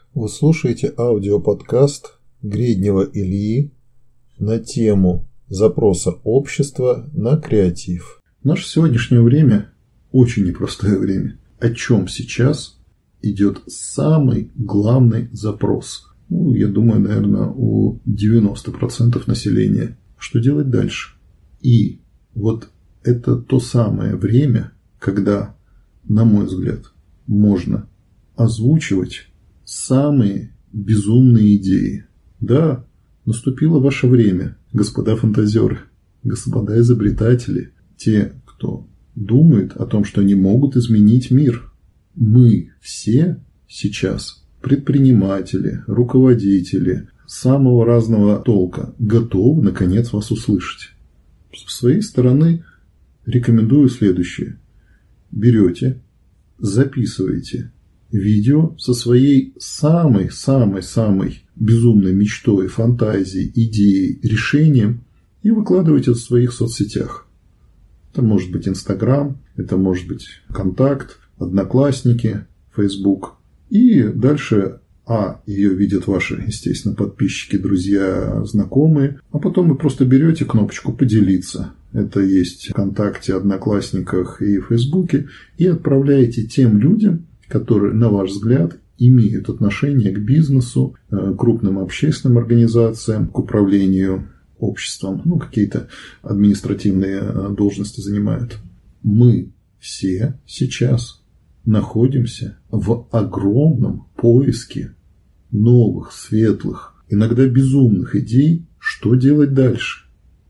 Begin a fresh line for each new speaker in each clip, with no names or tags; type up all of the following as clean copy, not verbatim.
Вы слушаете аудиоподкаст Греднева Ильи на тему запроса общества на креатив.
Наше сегодняшнее время очень непростое время. О чем сейчас идет самый главный запрос? Я думаю, наверное, у 90% населения. Что делать дальше? И вот это то самое время, когда, на мой взгляд, можно озвучивать самые безумные идеи. Да, наступило ваше время, господа фантазеры, господа изобретатели, те, кто думает о том, что они могут изменить мир. Мы все сейчас, предприниматели, руководители самого разного толка, готовы, наконец, вас услышать. С своей стороны рекомендую следующее. Берете, записываете видео со своей самой-самой-самой безумной мечтой, фантазией, идеей, решением и выкладываете в своих соцсетях. Это может быть Инстаграм, это может быть Контакт, Одноклассники, Фейсбук. И дальше ее видят ваши, естественно, подписчики, друзья, знакомые. А потом вы просто берете кнопочку «Поделиться». Это есть в Контакте, Одноклассниках и Фейсбуке. И отправляете тем людям, которые, на ваш взгляд, имеют отношение к бизнесу, к крупным общественным организациям, к управлению обществом, какие-то административные должности занимают. Мы все сейчас находимся в огромном поиске новых, светлых, иногда безумных идей, что делать дальше.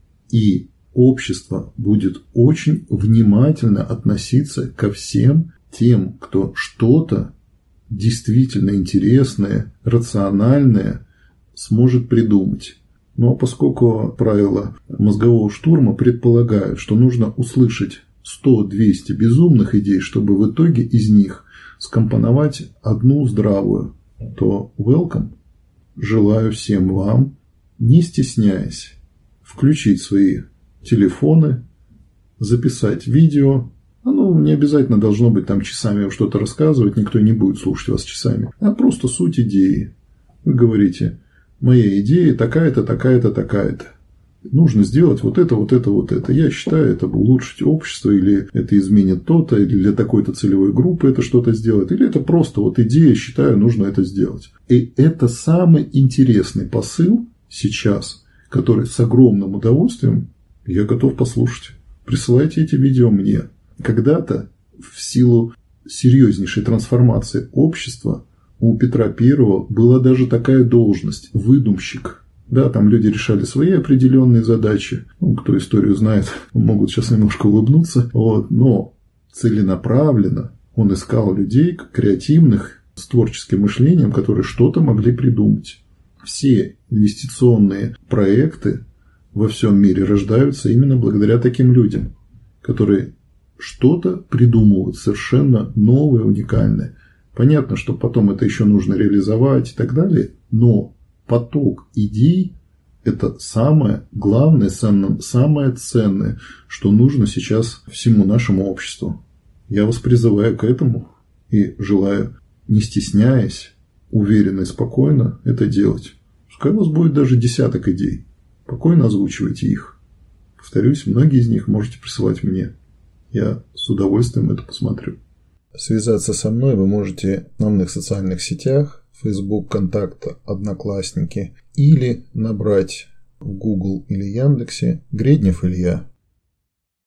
И общество будет очень внимательно относиться ко всем тем, кто что-то действительно интересное, рациональное сможет придумать. Но поскольку правила мозгового штурма предполагают, что нужно услышать 100-200 безумных идей, чтобы в итоге из них скомпоновать одну здравую, то welcome. Желаю всем вам, не стесняясь, включить свои телефоны, записать видео. Оно не обязательно должно быть там часами что-то рассказывать, никто не будет слушать вас часами, а просто суть идеи. Вы говорите: моя идея такая-то, такая-то, такая-то. Нужно сделать вот это, вот это, вот это. Я считаю, это улучшить общество, или это изменит то-то, или для такой-то целевой группы это что-то сделать, или это просто идея, считаю, нужно это сделать. И это самый интересный посыл сейчас, который с огромным удовольствием я готов послушать. Присылайте эти видео мне. Когда-то, в силу серьезнейшей трансформации общества, у Петра I была даже такая должность – выдумщик. Да, там люди решали свои определенные задачи. Кто историю знает, могут сейчас немножко улыбнуться. Но целенаправленно он искал людей креативных, с творческим мышлением, которые что-то могли придумать. Все инвестиционные проекты во всем мире рождаются именно благодаря таким людям, которые что-то придумывают совершенно новое, уникальное. Понятно, что потом это еще нужно реализовать и так далее, но поток идей – это самое главное, самое ценное, что нужно сейчас всему нашему обществу. Я вас призываю к этому и желаю, не стесняясь, уверенно и спокойно это делать. Пускай у вас будет даже десяток идей. Спокойно озвучивайте их. Повторюсь, многие из них можете присылать мне. Я с удовольствием это посмотрю.
Связаться со мной вы можете в основных социальных сетях: Facebook, Контакт, Одноклассники, или набрать в Google или Яндексе Греднев Илья.